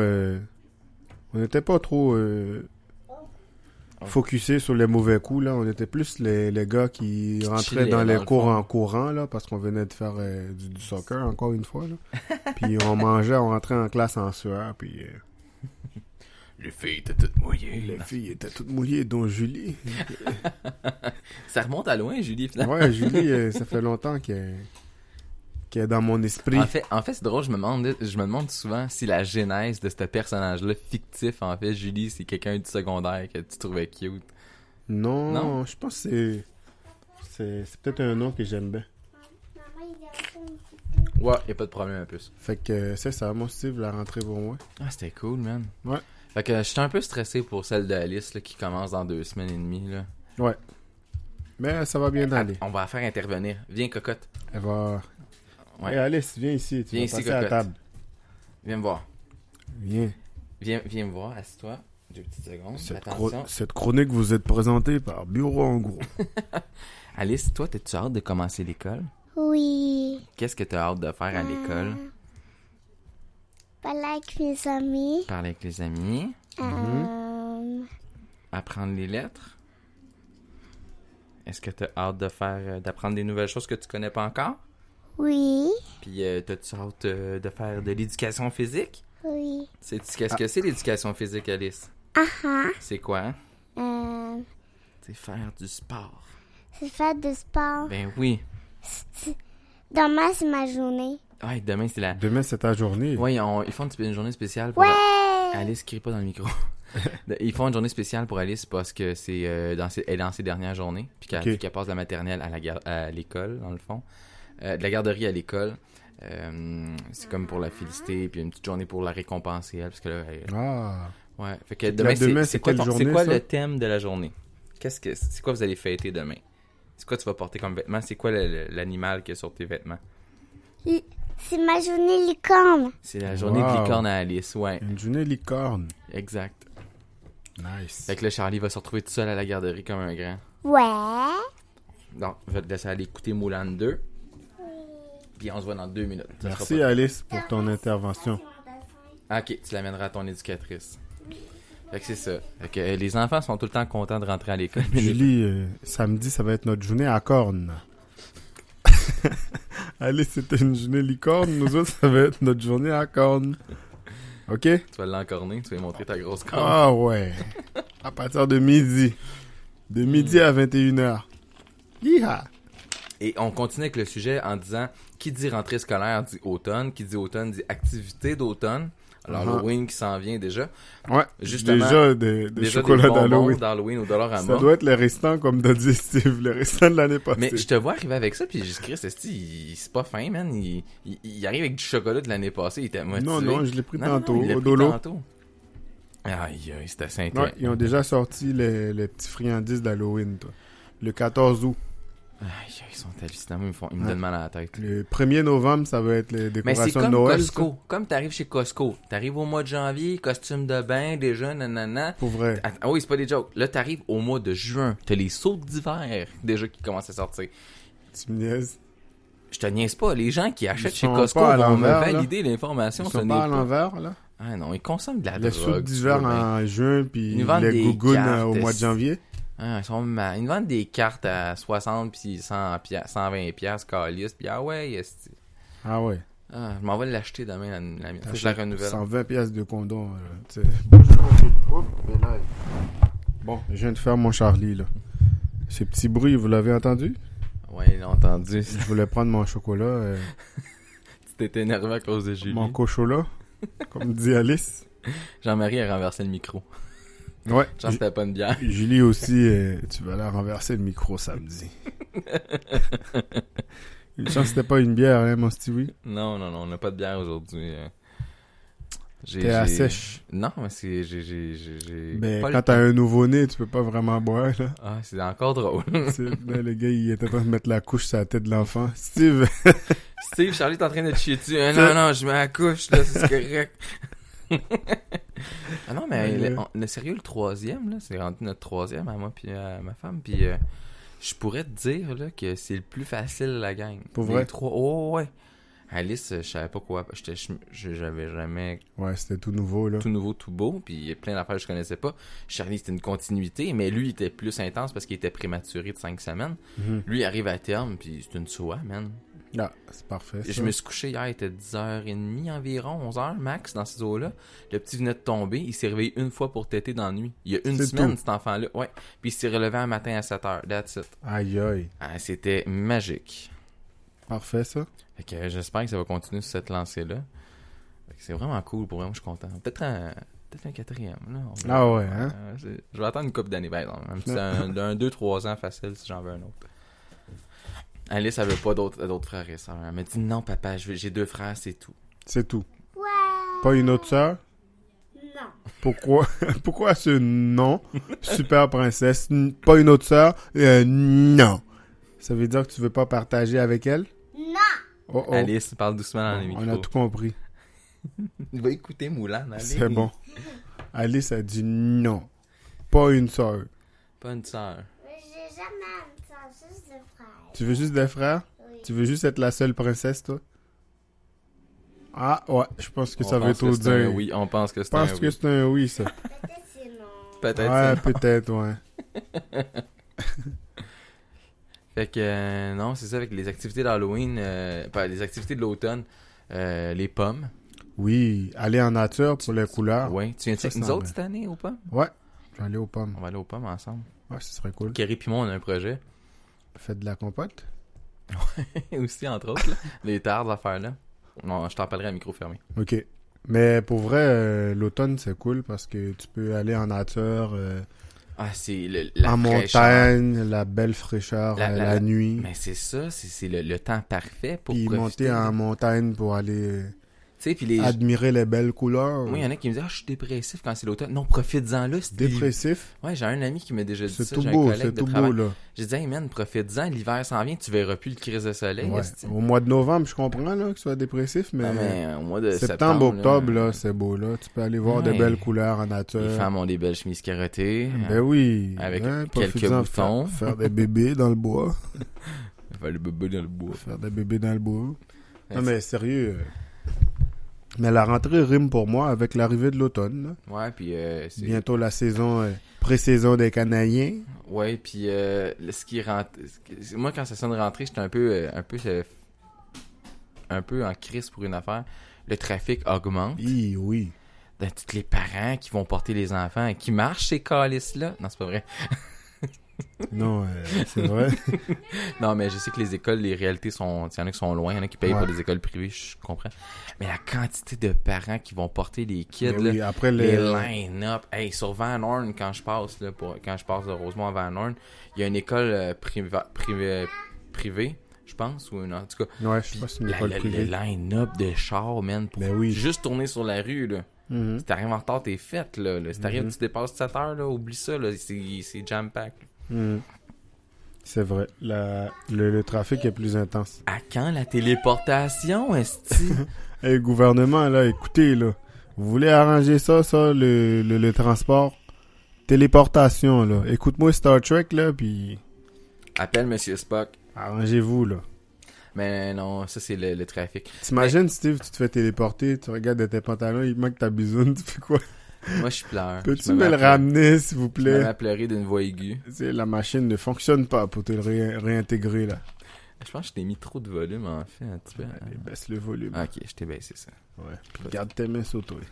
focusé sur les mauvais coups, là. On était plus les gars qui rentraient chillaient, dans les dans le cours fond. en courant, là, parce qu'on venait de faire du soccer, encore une fois, là. Puis on mangeait, on rentrait en classe en sueur, puis Les filles étaient toutes mouillées. les filles étaient toutes mouillées, dont Julie. Ça remonte à loin, Julie, finalement. Ouais, Julie, ça fait longtemps qu'elle est dans mon esprit. En fait, c'est drôle, je me demande souvent si la genèse de ce personnage-là fictif, en fait, Julie, c'est quelqu'un du secondaire que tu trouvais cute. Non, Non? je pense que c'est peut-être un nom que j'aime bien. Ouais, y a pas de problème, un peu. Fait que c'est ça, mon Steve, la rentrée pour moi. Ah, c'était cool, man. Ouais. Fait que j'étais un peu stressé pour celle d'Alice, là, qui commence dans 2 semaines et demie, là. Ouais. Mais ça va bien aller. On va la faire intervenir. Viens, cocotte. Elle va... Ouais. Hey Alice, viens ici. Tu Viens vas ici, passer à la cocotte. table. Viens me voir. Viens. Viens me voir, assieds-toi. 2 petites secondes. Attention. Cette chronique vous est présentée par Bureau en gros. Alice, toi, t'es-tu hâte de commencer l'école? Oui. Qu'est-ce que t'as hâte de faire à l'école? Parler avec mes amis. Parler avec les amis? Apprendre les lettres? Est-ce que t'as hâte d'apprendre des nouvelles choses que tu connais pas encore? Oui. Puis t'as-tu hâte de faire de l'éducation physique? Oui. Qu'est-ce que c'est l'éducation physique, Alice? C'est quoi? C'est faire du sport. C'est faire du sport. Ben oui. Demain, c'est ma journée. Ouais, demain c'est la... Demain, c'est ta journée. Ouais, ils font une journée spéciale pour... Ouais! Alice, crie pas dans le micro. Ils font une journée spéciale pour Alice parce que c'est elle est dans ses dernières journées, puis qu'elle passe de la maternelle à l'école, dans le fond. De la garderie à l'école. C'est comme pour la féliciter, puis une petite journée pour la récompenser, elle, parce que là, Ouais. Fait que que demain, demain, c'est c'est quoi, quelle c'est journée, quoi ça? le thème de la journée? C'est quoi vous allez fêter demain? C'est quoi tu vas porter comme vêtement? C'est quoi l'animal qui est sur tes vêtements? C'est ma journée licorne. C'est la journée de Wow. licorne à Alice, ouais. Une journée licorne. Exact. Nice. Fait que là, Charlie va se retrouver tout seul à la garderie comme un grand. Ouais. Donc, je vais te laisser aller écouter Moulin 2. Puis on se voit dans 2 minutes. Ça Merci sera pas- Alice pour ton intervention. Ah, ok, tu l'amèneras à ton éducatrice. Fait que c'est ça. Fait que les enfants sont tout le temps contents de rentrer à l'école. Julie, samedi, ça va être notre journée à cornes. Alice, c'était une journée licorne. Nous autres, ça va être notre journée à cornes. OK? Tu vas l'encorner, tu vas lui montrer ta grosse corne. Ah ouais. À partir de midi. De midi à 21h. Yeeha! Et on continue avec le sujet en disant qui dit rentrée scolaire dit automne, qui dit automne dit activité d'automne. Alors, Halloween qui s'en vient déjà. Ouais, Justement, déjà des Déjà chocolats des bonbons d'Halloween. d'Halloween au Dollarama. Ça doit être les restants, comme t'as dit, Steve, les restants de l'année passée. Mais je te vois arriver avec ça, puis je Chris, c'est pas fin, man. Il arrive avec du chocolat de l'année passée, il était motivé. Non, je l'ai pris Non, tantôt, non, il l'a au pris dolo. tantôt. Aïe, c'était assez Ouais, intéressant. ils ont déjà sorti les petits friandises d'Halloween, toi. Le 14 août. Aïe, ils sont hallucinants, ils me donnent mal à la tête. Le 1er novembre, ça va être les Mais c'est décorations de comme Noël. Costco. Comme t'arrives chez Costco. T'arrives au mois de janvier, costume de bain, déjà, nanana. Ça. Pour vrai. Ah oui, c'est pas des jokes. Là, t'arrives au mois de juin. T'as les sauts d'hiver déjà qui commencent à sortir. Tu me niaises. Je te niaise pas. Les gens qui achètent Ils chez sont Costco pas à vont me l'envers, là. valider l'information. Ils Ce sont n'est pas à l'envers, là. Ah non, ils consomment de la Les drogue. soupes d'hiver tu vois bien. en juin, puis Ils vendent les des gougounes cartes, au mois de janvier. Ah, ils nous vendent des cartes à 60 puis 120 piastres calice. Puis ah ouais, esti. Ah ouais. Ah, je m'en vais l'acheter demain la mienne. Faut que je la renouvelle. 120 pièces de condom. Tu sais. Bonjour. Bon, je viens de faire mon Charlie, là. Ces petits bruits, vous l'avez entendu? Ouais, ils l'ont entendu. Je voulais prendre mon chocolat, Tu t'étais énervé à cause de Julie. mon cochola, comme dit Alice. Jean-Marie a renversé le micro. Ouais. Genre, c'était pas une bière. Julie aussi, tu vas la renverser le micro samedi. Une chance que c'était pas une bière, hein, mon Stewie? Non, on n'a pas de bière aujourd'hui. T'es à sèche. Non, mais c'est... J'ai Ben, pas le quand t'as temps. un nouveau-né, tu peux pas vraiment boire, là. Ah, c'est encore drôle. Là, le gars, il était en train de mettre la couche sur la tête de l'enfant. Steve, Steve, Charlie est en train de te chier dessus. Non, je mets la couche, là, c'est correct. Ah non, mais le sérieux, le troisième, là, c'est rendu notre troisième à moi puis à ma femme. Puis je pourrais te dire là, que c'est le plus facile la gang. Pour Les vrai? trois, oh ouais. Alice, je savais pas quoi. J'avais jamais ouais, c'était tout nouveau, là. tout nouveau, tout beau. Puis il y a plein d'affaires que je connaissais pas. Charlie, c'était une continuité, mais lui, il était plus intense parce qu'il était prématuré de 5 semaines. Mhm. Lui, il arrive à terme, puis c'est une soie, man. Ah, c'est parfait, ça. Je me suis couché hier, il était 10h30 environ, 11h max dans ces eaux-là. Le petit venait de tomber, il s'est réveillé une fois pour téter dans la nuit. Il y a une C'est semaine, tout. cet enfant-là. Ouais. Puis il s'est relevé un matin à 7h. That's it. Aïe, aïe. Ah, c'était magique. Parfait, ça. Fait que j'espère que ça va continuer sur cette lancée-là. Fait que c'est vraiment cool pour moi, je suis content. Peut-être un quatrième. Là. Ah ouais, hein? Je vais attendre une couple d'années, par exemple. Un 2-3 ans facile si j'en veux un autre. Alice, elle veut pas d'autres frères et sœurs. Elle m'a dit non, papa, j'ai 2 frères, c'est tout. C'est tout. Ouais. Pas une autre sœur? Non. Pourquoi? Pourquoi ce non? Super princesse. Pas une autre sœur? Non. Ça veut dire que tu veux pas partager avec elle? Non. Oh oh. Alice, parle doucement dans les micros. On a tout compris. Il va écouter Moulin, allez. C'est bon. Alice a dit non. Pas une sœur. Pas une sœur. J'ai jamais entendu juste de frère. Tu veux juste des frères? Oui. Tu veux juste être la seule princesse, toi? Ah, ouais. Je pense que On ça veut pense tout que c'est un dire. oui, on pense que Je c'est un pense que oui. c'est un oui, ça. Peut-être c'est non. Peut-être Ouais, ça. peut-être, ouais. Fait que, non, c'est ça, avec les activités d'Halloween, les activités de l'automne, les pommes. Oui, aller en nature pour les couleurs. Ouais. Tu viens Ça, avec nous ça autres va. cette année aux pommes? Ouais. Je vais aller aux pommes. On va aller aux pommes ensemble. Ouais, ce serait cool. Kerry pis moi, on a un projet. Faites de la compote. Aussi, entre autres, là. Les tardes, l'affaire-là. Non, je t'en parlerai à micro fermé. OK. Mais pour vrai, l'automne, c'est cool parce que tu peux aller en nature, Ah, c'est la en fraîcheur. montagne, la belle fraîcheur, la nuit. Mais c'est ça, c'est le temps parfait pour Puis profiter. monter en montagne pour aller Tu sais, puis les... Admirer les belles couleurs. Moi, il y en a qui me disent « Ah, je suis dépressif quand c'est l'automne. » Non, profites-en là. Dépressif? Ouais, j'ai un ami qui m'a déjà dit C'est ça. tout J'ai beau, un collègue c'est de tout travail. beau, là. J'ai dit « Hey man, profites-en. L'hiver s'en vient. Tu verras plus le crise de soleil. Ouais. esti. Au mois de novembre, je comprends là, que tu sois dépressif, mais, Non, mais au mois de septembre, octobre, là, c'est beau. Là. Tu peux aller voir Ouais. des belles couleurs en nature. Les femmes ont des belles chemises carottées. Ben oui. Avec hein, quelques profites-en, boutons. Faire des bébés dans le bois. Enfin, le bébé dans le bois. Faire des bébés dans le bois. Ouais, Non, mais sérieux. Mais la rentrée rime pour moi avec l'arrivée de l'automne. Là. Ouais, puis c'est... Bientôt la saison, pré-saison des Canadiens. Ouais, puis ce qui rentre... Moi, quand ça sonne rentrée, j'étais un peu en crise pour une affaire. Le trafic augmente. Oui. De tous les parents qui vont porter les enfants, qui marchent ces calices-là. Non, c'est pas vrai. Non, c'est vrai. Non, mais je sais que les écoles, les réalités sont... Il y en a qui sont loin, il y en a qui payent Ouais. pour des écoles privées, je comprends. Mais la quantité de parents qui vont porter les kids, Mais là, oui, après les line-up. Hey, sur Van Horn, quand je passe de Rosemont à Van Horn, il y a une école privée, je pense, ou en tout cas, Ouais, je sais pas si c'est une école le privée. line-up de chars, man, pour Ben oui. juste tourner sur la rue, là. Mhm. Si t'arrives en retard, t'es faite, là. Si t'arrives, tu dépasses 7 heures, là, oublie ça, là. C'est jam-pack. Mhm. C'est vrai. Le trafic est plus intense. À quand la téléportation, esti? Hey, gouvernement, là, écoutez, là. Vous voulez arranger ça, le transport? Téléportation, là. Écoute-moi Star Trek, là, puis Appelle Monsieur Spock. arrangez-vous, là. Mais non, ça, c'est le trafic. T'imagines, Steve, tu te fais téléporter, tu regardes dans tes pantalons, il manque ta bisoune, tu fais quoi? Moi, je pleure. Peux-tu me le ramener, s'il vous Je me mets plaît? à pleurer d'une voix aiguë. La machine ne fonctionne pas pour te le réintégrer, là. Je pense que je t'ai mis trop de volume, en fait, un petit peu. Allez, baisse le volume. Ah, ok, je t'ai baissé ça. Ouais. Puis garde tes mains sur toi.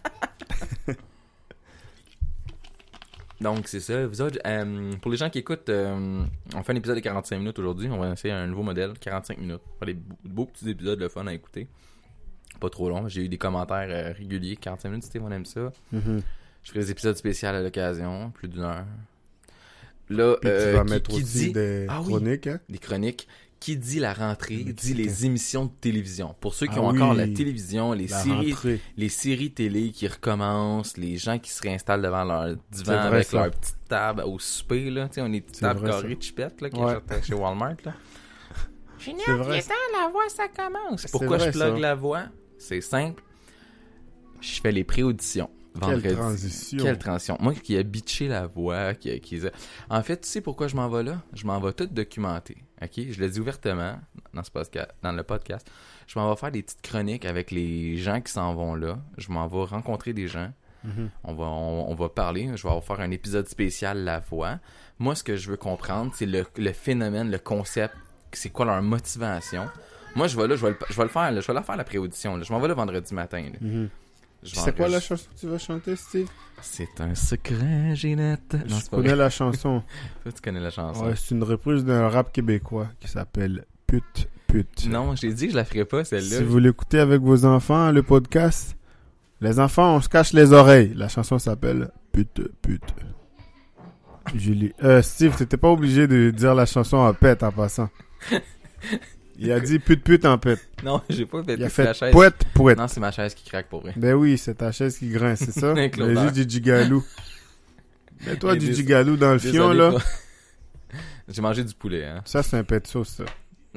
Donc, c'est ça. Vous autres, pour les gens qui écoutent, on fait un épisode de 45 minutes aujourd'hui. On va essayer un nouveau modèle, 45 minutes. On va faire des beaux petits épisodes, le fun à écouter. Pas trop long. J'ai eu des commentaires réguliers. 45 minutes, Steve, on aime ça. Mhm. Je ferai des épisodes spéciaux à l'occasion, plus d'une heure. Là, Puis tu vas mettre aussi des Ah oui. chroniques, hein? Des chroniques. Qui dit la rentrée, Le dit petit- les émissions de télévision. Pour ceux qui Ah ont encore oui. la télévision, La rentrée. les séries télé qui recommencent, les gens qui se réinstallent devant leur C'est divan vrai, avec ça. leur petite table au souper, là. Tu sais, on est des petites C'est tables vrai, carrées ça. de chipettes, là, qui Ouais. achètent chez Walmart, là. Génial, C'est vrai, il est temps, la voix, ça commence. C'est Pourquoi vrai, je plug ça. la voix? C'est simple. Je fais les pré-auditions. Vendredi. Quelle transition. Quelle transition. Moi qui ai bitché la voix, En fait, tu sais pourquoi je m'en vais là? Je m'en vais tout documenter. OK? Je le dis ouvertement dans le podcast. Je m'en vais faire des petites chroniques avec les gens qui s'en vont là. Je m'en vais rencontrer des gens. Mhm. On va parler. Je vais faire un épisode spécial La Voix. Moi, ce que je veux comprendre, c'est le phénomène, le concept. C'est quoi leur motivation? Moi, je vais là, je vais le faire. Là, je vais la faire la pré-audition. Là. Je m'en vais là vendredi matin. Là. Mhm. Je vais C'est quoi la enregistrer. chanson que tu vas chanter, Steve? C'est un secret, Ginette. Non, Je c'est pas connais vrai. la chanson. Toi, tu connais la chanson. Ouais, c'est une reprise d'un rap québécois qui s'appelle Pute Pute. Non, j'ai dit que je la ferais pas, celle-là. Si vous l'écoutez avec vos enfants, le podcast, les enfants, on se cache les oreilles. La chanson s'appelle Pute Pute. Julie. Steve, t'étais pas obligé de dire la chanson en pète en passant. Il a dit Pute Pute en pète. Non, j'ai pas fait. Il a c'est la fait chaise. Pouette Pouette. Non, c'est ma chaise qui craque pour vrai. Ben oui, c'est ta chaise qui grince, c'est ça? Avec Mais l'odeur. juste du gigalou. Mais toi, Et du des- gigalou dans le fion, Désolé, là, pas. J'ai mangé du poulet, hein. ça, c'est un pet de sauce, ça.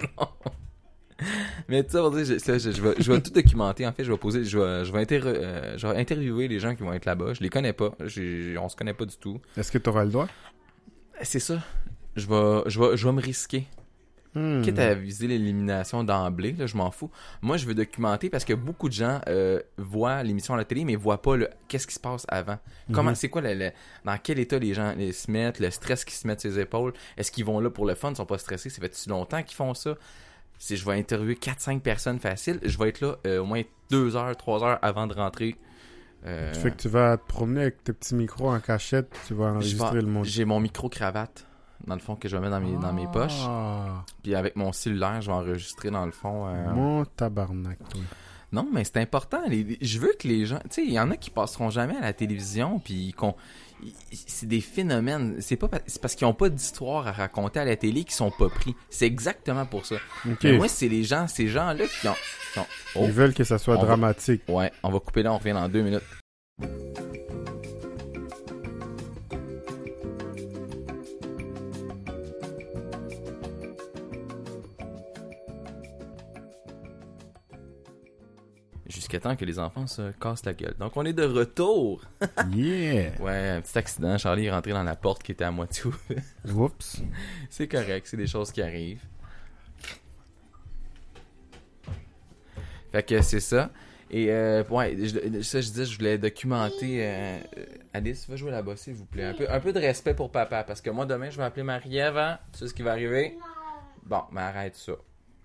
Mais tu sais, on va dire, je vais tout documenter. En fait, je vais interviewer les gens qui vont être là-bas. Je les connais pas. On se connaît pas du tout. Est-ce que t'auras le droit? C'est ça. Je vais me risquer. Quitte à viser l'élimination d'emblée, là, je m'en fous. Moi, je veux documenter parce que beaucoup de gens voient l'émission à la télé, mais voient pas qu'est-ce qui se passe avant. Comment, c'est quoi dans quel état les gens se mettent, le stress qu'ils se mettent sur les épaules. Est-ce qu'ils vont là pour le fun, ils sont pas stressés, ça fait si longtemps qu'ils font ça. Si je vais interviewer 4-5 personnes faciles, je vais être là au moins 2 heures, 3 heures avant de rentrer. Tu fais que tu vas te promener avec tes petits micros en cachette, tu vas enregistrer le monde. J'ai mon micro-cravate, dans le fond, que je vais mettre dans mes poches. Ah, Puis avec mon cellulaire, je vais enregistrer dans le fond. mon tabarnak, toi. Non, mais c'est important. Je veux que les gens... Tu sais, il y en a qui passeront jamais à la télévision, puis c'est des phénomènes. C'est parce qu'ils ont pas d'histoire à raconter à la télé qu'ils sont pas pris. C'est exactement pour ça. Ok. Mais moi, c'est ces gens-là qui ont... Oh, Ils veulent que ça soit On va- dramatique. ouais, on va couper là, on revient dans 2 minutes. Jusqu'à temps que les enfants se cassent la gueule. Donc, on est de retour. Yeah! Ouais, un petit accident. Charlie est rentré dans la porte qui était à moitié ouverte. Oups. C'est correct, c'est des choses qui arrivent. Fait que c'est ça. Et ouais, je disais, je voulais documenter. Alice, va jouer là-bas, s'il vous plaît. Un peu de respect pour papa, parce que moi, demain, je vais appeler Marie-Ève. Hein? Tu sais ce qui va arriver? Bon, mais arrête ça.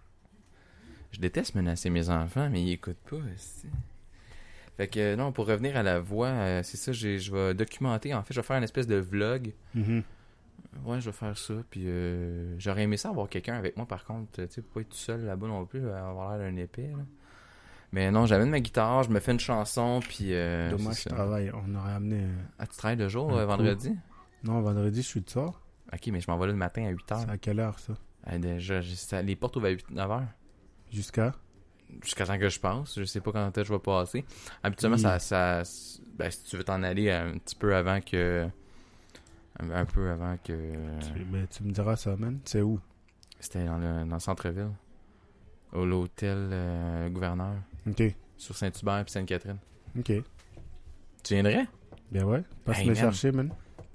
Je déteste menacer mes enfants, mais ils écoutent pas. Aussi. Fait que non, pour revenir à la voix, c'est ça, je vais documenter. En fait, je vais faire une espèce de vlog. Mhm. Ouais, je vais faire ça. Puis j'aurais aimé ça avoir quelqu'un avec moi, par contre. Tu sais, pas être tout seul là-bas non plus, avoir l'air d'un épais. Là. Mais non, j'amène ma guitare, je me fais une chanson, puis... Dommage, c'est je ça. travaille. On aurait amené... Ah, tu travailles le jour, Un vendredi? Non, vendredi, je suis de sort. Ok, mais je m'en vais là le matin à 8h. C'est à quelle heure, ça? Les portes ouvrent à 9h. Jusqu'à? Jusqu'à temps que je passe. Je sais pas quand est-ce que je vais passer. Habituellement, Oui. ben, si tu veux t'en aller un petit peu avant que... Un peu avant que... Ben, tu me diras ça, man. C'est où? C'était dans le centre-ville. Au l'hôtel Gouverneur. Ok. Sur Saint-Hubert puis Sainte-Catherine. Ok. Tu viendrais? Ben ouais. Passe Hey, me man. chercher, man.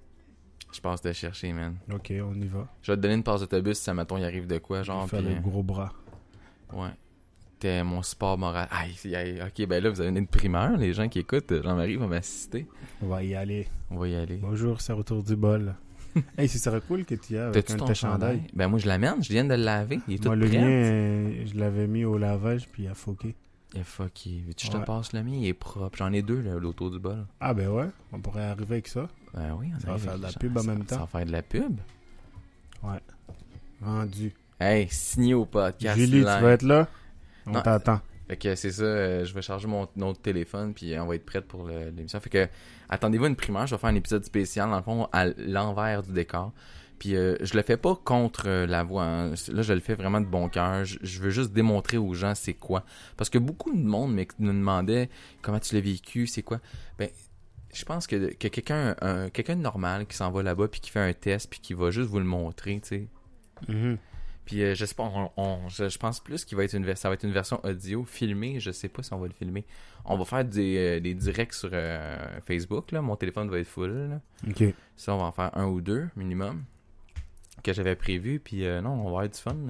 Je passe te chercher, man. Ok, on y va. Je vais te donner une passe d'autobus si, mettons, il arrive de quoi, Je genre, vais faire puis... le gros bras. Ouais. T'es mon support moral. Ok, ben là, vous avez une primeur. Les gens qui écoutent, Jean-Marie va m'assister. On va y aller. On va y aller. Bonjour, c'est Retour du bol. Hey, ce serait cool que tu y aies avec T'as-tu un de ton tes chandail? chandails. Ben moi, je l'amène. Je viens de le laver. Il est tout Moi, le prêt. mien, je l'avais mis au lavage, puis il a foqué. Fucky. Veux-tu que je Ouais. te passe le mien? Il est propre. J'en ai 2, là, l'auto du bol. Ah ben ouais, on pourrait arriver avec ça. Ben oui, on Ça va arrive faire avec de la les pub gens. en même temps. Ça va faire de la pub. Ouais. Rendu. Hey, signé au podcast. Julie, tu live. vas être là? On Non. t'attend. Fait que c'est ça, je vais charger mon autre téléphone puis on va être prête pour l'émission. Fait que attendez-vous une primeur, je vais faire un épisode spécial dans le fond à l'envers du décor. Puis je le fais pas contre la voix, hein. Là je le fais vraiment de bon cœur. Je veux juste démontrer aux gens c'est quoi. Parce que beaucoup de monde me demandait comment tu l'as vécu, c'est quoi. Ben je pense que quelqu'un de normal qui s'en va là-bas puis qui fait un test puis qui va juste vous le montrer, tu sais. Mhm. Puis je sais pas, je pense plus qu'il va être ça va être une version audio filmée. Je sais pas si on va le filmer. On va faire des directs sur Facebook. Là. Mon téléphone va être full. Là. Ok. Ça, on va en faire 1 ou 2 minimum que j'avais prévu. Puis non, on va avoir du fun.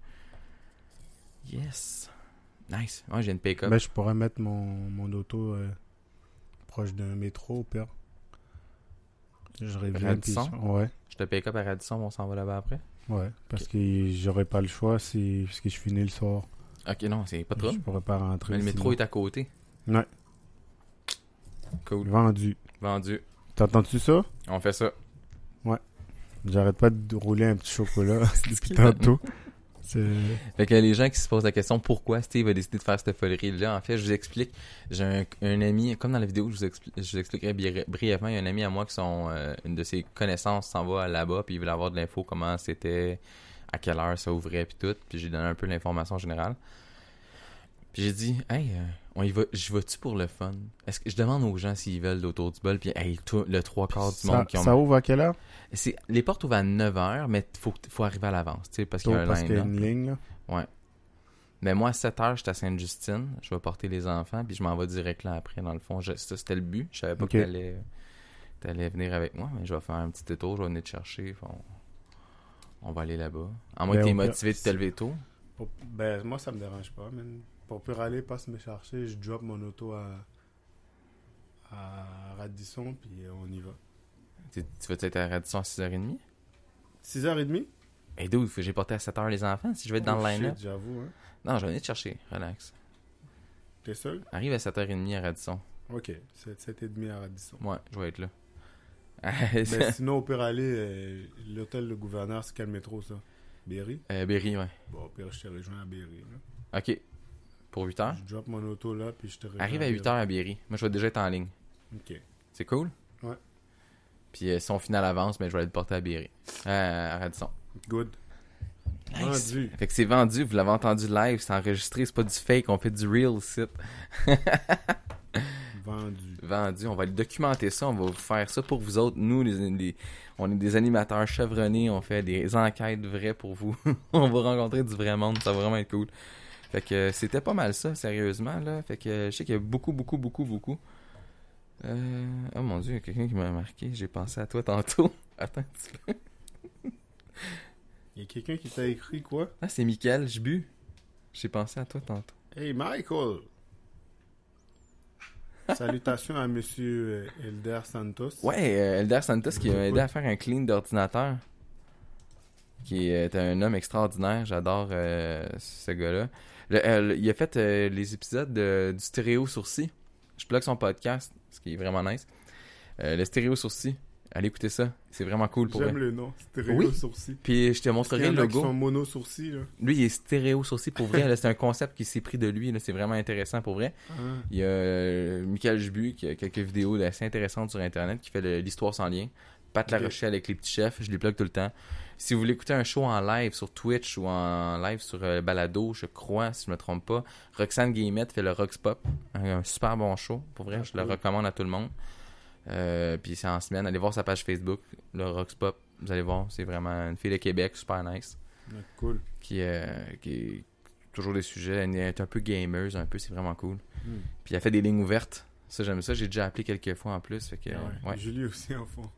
Yes. Nice. Ouais, j'ai une pick-up. Ben, je pourrais mettre mon auto proche d'un métro, au pire. Je reviens, puis... Radisson? Ouais. Je te pick-up à Radisson, on s'en va là-bas après. Ouais, parce que j'aurais pas le choix parce que je finis le soir. Ok, non, c'est pas trop. Je pourrais pas rentrer. Mais le métro sinon. est à côté. Ouais. Cool. Vendu. Vendu. T'entends-tu ça? On fait ça. J'arrête pas de rouler un petit chocolat depuis tantôt. C'est... Fait que les gens qui se posent la question pourquoi Steve a décidé de faire cette folerie-là, en fait, je vous explique. J'ai un ami, comme dans la vidéo, je vous expliquerai brièvement. Il y a un ami à moi qui une de ses connaissances s'en va là-bas, puis il voulait avoir de l'info, comment c'était, à quelle heure ça ouvrait, puis tout. Puis j'ai donné un peu l'information générale. Puis j'ai dit, hey, on y va, je vais-tu pour le fun? Est-ce que je demande aux gens s'ils veulent l'auto du bol, puis hey, le 3/4 du monde qui ont. Ça ouvre à quelle heure? Les portes ouvrent à 9h, mais faut arriver à l'avance, tu sais, parce qu'il y a un Parce qu'il y a line-up. une ligne, là. Ouais. Mais moi, à 7h, j'étais à Sainte-Justine. Je vais porter les enfants, puis je m'en vais direct là après, dans le fond. Ça, c'était le but. Je savais pas Ok. que t'allais venir avec moi, mais je vais faire un petit détour. Je vais venir te chercher. On va aller là-bas. À moins Ben, que t'aies au pire, motivé de te lever tôt. Ben, moi, ça me dérange pas, man. Pour plus aller, passe me chercher, je drop mon auto à Radisson, puis on y va. Tu vas être à Radisson à 6h30? 6h30? Hey, dude, j'ai porté à 7h les enfants si je vais être dans le line-up. Shit, j'avoue, hein. Non, je vais venir te chercher. Relax. T'es seul? Arrive à 7h30 à Radisson. Ok, 7h30 à Radisson. Ouais, je vais être là. Ben, sinon, au pire aller, l'hôtel Le Gouverneur, c'est quel métro, ça? Berry? Berry, ouais. Bon, au pire, je te rejoins à Berry, là. OK. Pour 8h? Je drop mon auto là, puis je te rejoins Arrive à Berry. 8h à Berry. Moi, je vais déjà être en ligne. Ok. C'est cool? Ouais. Puis si on finit à l'avance, ben, je vais aller le porter à Berry. À Radisson. Good. Nice. Vendu. Fait que c'est vendu, vous l'avez entendu live, c'est enregistré, c'est pas du fake, on fait du real site. Vendu. On va documenter ça, on va vous faire ça pour vous autres. Nous, on est des animateurs chevronnés, on fait des enquêtes vraies pour vous. On va rencontrer du vrai monde, ça va vraiment être cool. Fait que c'était pas mal ça, sérieusement, là. Fait que je sais qu'il y a beaucoup. Oh mon Dieu, il y a quelqu'un qui m'a marqué, j'ai pensé à toi tantôt. Attends un petit peu. Il y a quelqu'un qui t'a écrit quoi? Ah, c'est Mickaël, j'ai pensé à toi tantôt. Hey, Michael! Salutations à Monsieur Elder Santos. Ouais, Elder Santos qui m'a aidé à faire un clean d'ordinateur. Qui est un homme extraordinaire. J'adore ce gars-là. Il a fait les épisodes du Stéréo Sourcil. Je plug son podcast, ce qui est vraiment nice. Le Stéréo Sourcil. Allez écouter ça. C'est vraiment cool pour J'aime vrai. le nom. Stéréo Oui. Sourcil. Puis je te montrerai le Qui logo. sont mono sourcil, là. Lui, il est Stéréo Sourcil pour vrai. Là, c'est un concept qui s'est pris de lui. Là. C'est vraiment intéressant pour vrai. Ah. Il y a Michael Jubu qui a quelques vidéos assez intéressantes sur Internet qui fait l'histoire sans lien. Pat La Rochelle avec les petits chefs, je les plug tout le temps. Si vous voulez écouter un show en live sur Twitch ou en live sur Balado, je crois, si je me trompe pas, Roxane Guillemette fait le Rox Pop, un super bon show. Pour vrai, je le recommande à tout le monde. Puis c'est en semaine. Allez voir sa page Facebook, le Rox Pop. Vous allez voir, c'est vraiment une fille de Québec, super nice. Cool. Qui est toujours des sujets. Elle est un peu gameuse, un peu, c'est vraiment cool. Puis elle fait des lignes ouvertes. Ça, j'aime ça. J'ai déjà appelé quelques fois en plus. Fait que, ouais. Julie aussi en fond.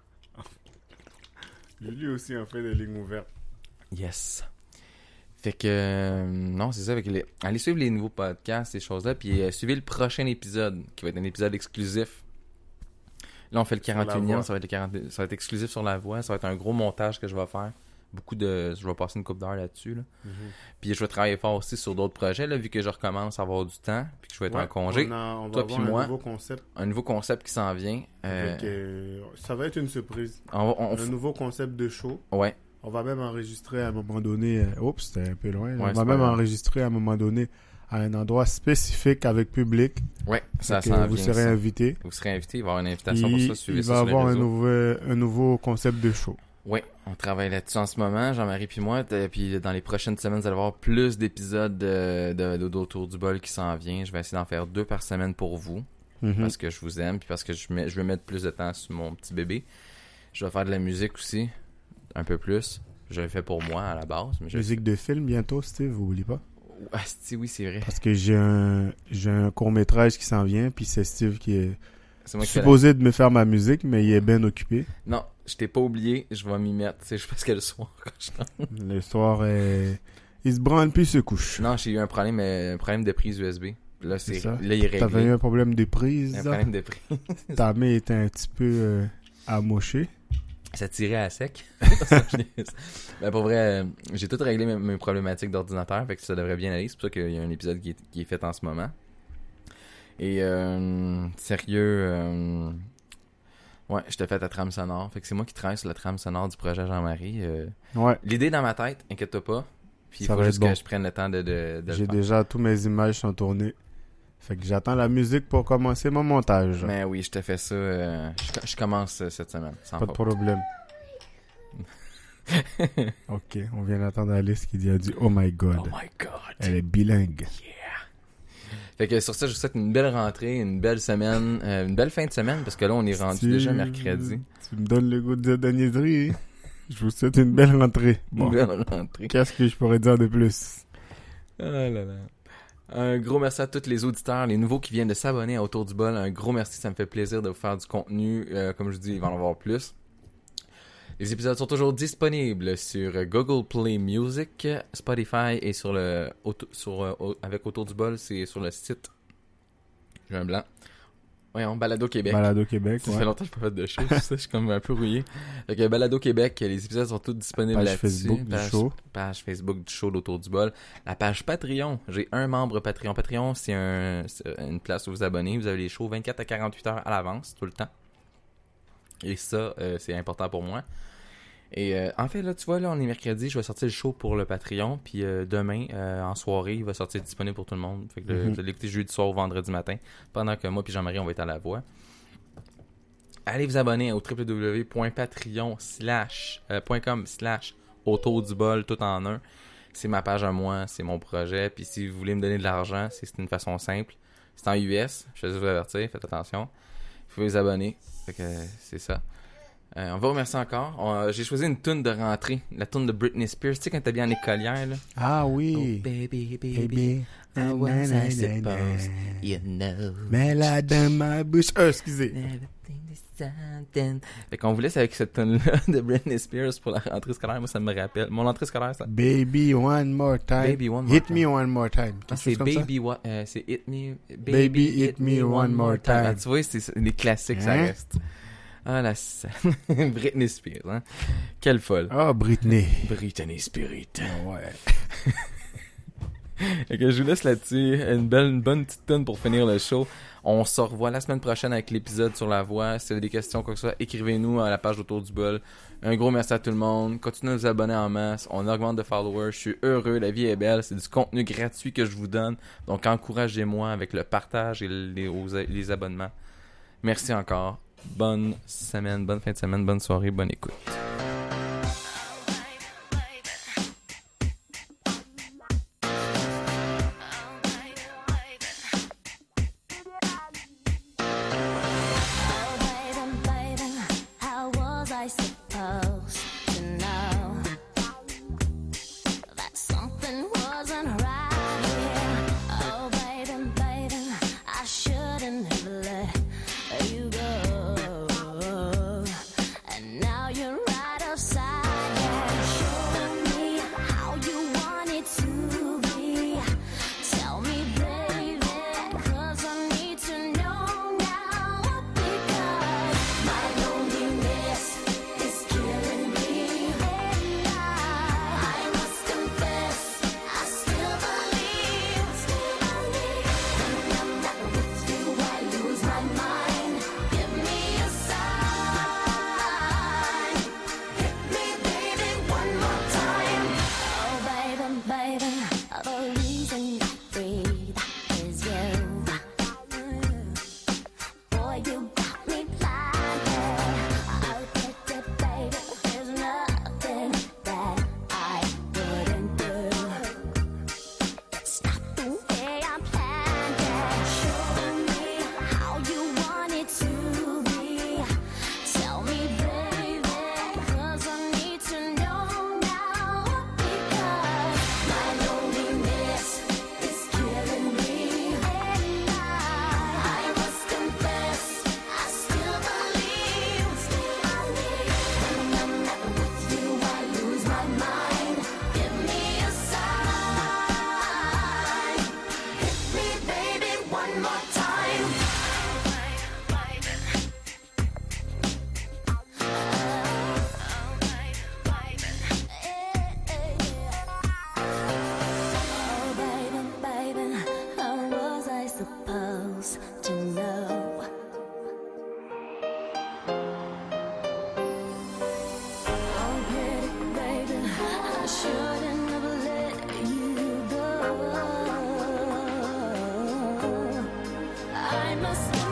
Julie aussi en fait des lignes ouvertes. Yes. Fait que, non, c'est ça. Allez suivre les nouveaux podcasts, ces choses-là. Puis suivez le prochain épisode, qui va être un épisode exclusif. Là, on fait le 41e. Ça va être exclusif sur La Voix. Ça va être un gros montage que je vais faire. Je vais passer une couple d'heures là-dessus. Là. Puis je vais travailler fort aussi sur d'autres projets, là, vu que je recommence à avoir du temps, puis que je vais être en congé. On va toi puis moi, un nouveau concept qui s'en vient. Ça va être une surprise. Un nouveau concept de show. Ouais. On va même enregistrer à un moment donné. Oups, c'était un peu loin. Ouais, on va même enregistrer à un moment donné à un endroit spécifique avec public. Ouais, ça s'en vient. Vous serez invité. Vous serez invité. Il va y avoir une invitation pour ça. Suivez il va y avoir un nouveau concept de show. Oui, on travaille là-dessus en ce moment, Jean-Marie puis moi. Puis dans les prochaines semaines, vous allez avoir plus d'épisodes d'Autour du bol qui s'en vient. Je vais essayer d'en faire 2 par semaine pour vous. Parce que je vous aime, puis parce que je veux mettre plus de temps sur mon petit bébé. Je vais faire de la musique aussi, un peu plus. Je l'ai fait pour moi à la base. Mais musique de film bientôt, Steve, vous oubliez pas? Ah, oui, c'est vrai. Parce que j'ai un court-métrage qui s'en vient, puis c'est Steve qui est moi supposé de me faire ma musique, mais il est bien occupé. Non, je t'ai pas oublié, je vais m'y mettre. C'est juste parce que le soir, quand je rentre. Le soir, il se branle puis il se couche. Non, j'ai eu un problème de prise USB. Là, c'est ça. Là, il est réglé. T'avais eu un problème de prise. Un problème de prise. Ta main était un petit peu amochée. Ça tirait à sec. Ben, pour vrai, j'ai tout réglé mes problématiques d'ordinateur, fait que ça devrait bien aller. C'est pour ça qu'il y a un épisode qui est fait en ce moment. Et sérieux, ouais, je te fais ta trame sonore. Fait que c'est moi qui travaille sur la trame sonore du projet Jean-Marie. Ouais. L'idée est dans ma tête, inquiète-toi pas. Puis il ça faut juste bon. que je prenne le temps de J'ai déjà tous mes images sont tournées. Fait que j'attends la musique pour commencer mon montage. Mais oui, je te fais ça. Je commence cette semaine. Sans pas de problème. Ok, on vient d'entendre Alice qui a dit « Oh my God ». Oh my God. Elle est bilingue. Yeah. Fait que sur ça, je vous souhaite une belle rentrée, une belle semaine, une belle fin de semaine, parce que là, on est rendu déjà mercredi. Tu me donnes le goût de dire de niaiserie. Je vous souhaite une belle rentrée. Bon. Une belle rentrée. Qu'est-ce que je pourrais dire de plus? Oh là là. Un gros merci à tous les auditeurs, les nouveaux qui viennent de s'abonner à Autour du bol. Un gros merci, ça me fait plaisir de vous faire du contenu. Comme je vous dis, il va en avoir plus. Les épisodes sont toujours disponibles sur Google Play Music, Spotify et avec Autour du bol, c'est sur le site. J'ai un blanc. Voyons, Balado Québec. Balado Québec, Ça fait longtemps que je n'ai pas fait de show, je suis comme un peu rouillé. Fait que Balado Québec, les épisodes sont tous disponibles page là-dessus. Facebook du show. Page Facebook du show d'Autour du bol. La page Patreon, j'ai un membre Patreon. Patreon, c'est une place où vous abonnez. Vous avez les shows 24 à 48 heures à l'avance, tout le temps. Et ça, c'est important pour moi. Et en fait, là, tu vois, là, on est mercredi, je vais sortir le show pour le Patreon. Puis demain, en soirée, il va sortir disponible pour tout le monde. Fait que vous allez l'écouter jeudi soir ou vendredi matin. Pendant que moi et Jean-Marie, on va être à La Voix. allez vous abonner au www.patreon.com/autour du bol, tout en un. C'est ma page à moi, c'est mon projet. Puis si vous voulez me donner de l'argent, c'est une façon simple. C'est en US, je vais vous avertir, faites attention. Il faut vous abonner. Fait que c'est ça. On va remercier encore. J'ai choisi une toune de rentrée, la toune de Britney Spears. Tu sais quand t'es bien en écolière, là? Ah Oh, oui. baby, Baby. how was I supposed, you know. Mets la dans ma bouche. Excusez. Everything is something. Fait qu'on vous laisse avec cette tune-là de Britney Spears pour la rentrée scolaire. Moi, ça me rappelle. Mon rentrée scolaire, ça. Baby one more time. Baby, one more Hit time. me one more time. Ah, Quelque c'est chose comme ça? Baby What? C'est Hit Me. Baby, hit me one more time. Ah, tu vois, c'est les classiques, ça Hein? reste. Ah, la scène. Britney Spears, hein. Quelle folle. Ah, Britney. Britney Spirit. Ouais. Fait que je vous laisse là-dessus. Une bonne petite tonne pour finir le show. On se revoit la semaine prochaine avec l'épisode sur la voix. Si vous avez des questions, quoi que ce soit, écrivez-nous à la page autour du bol. Un gros merci à tout le monde. Continuez à vous abonner en masse. On augmente de followers. Je suis heureux. La vie est belle. C'est du contenu gratuit que je vous donne. Donc, encouragez-moi avec le partage et les abonnements. Merci encore. Bonne semaine, bonne fin de semaine, bonne soirée, bonne écoute. I must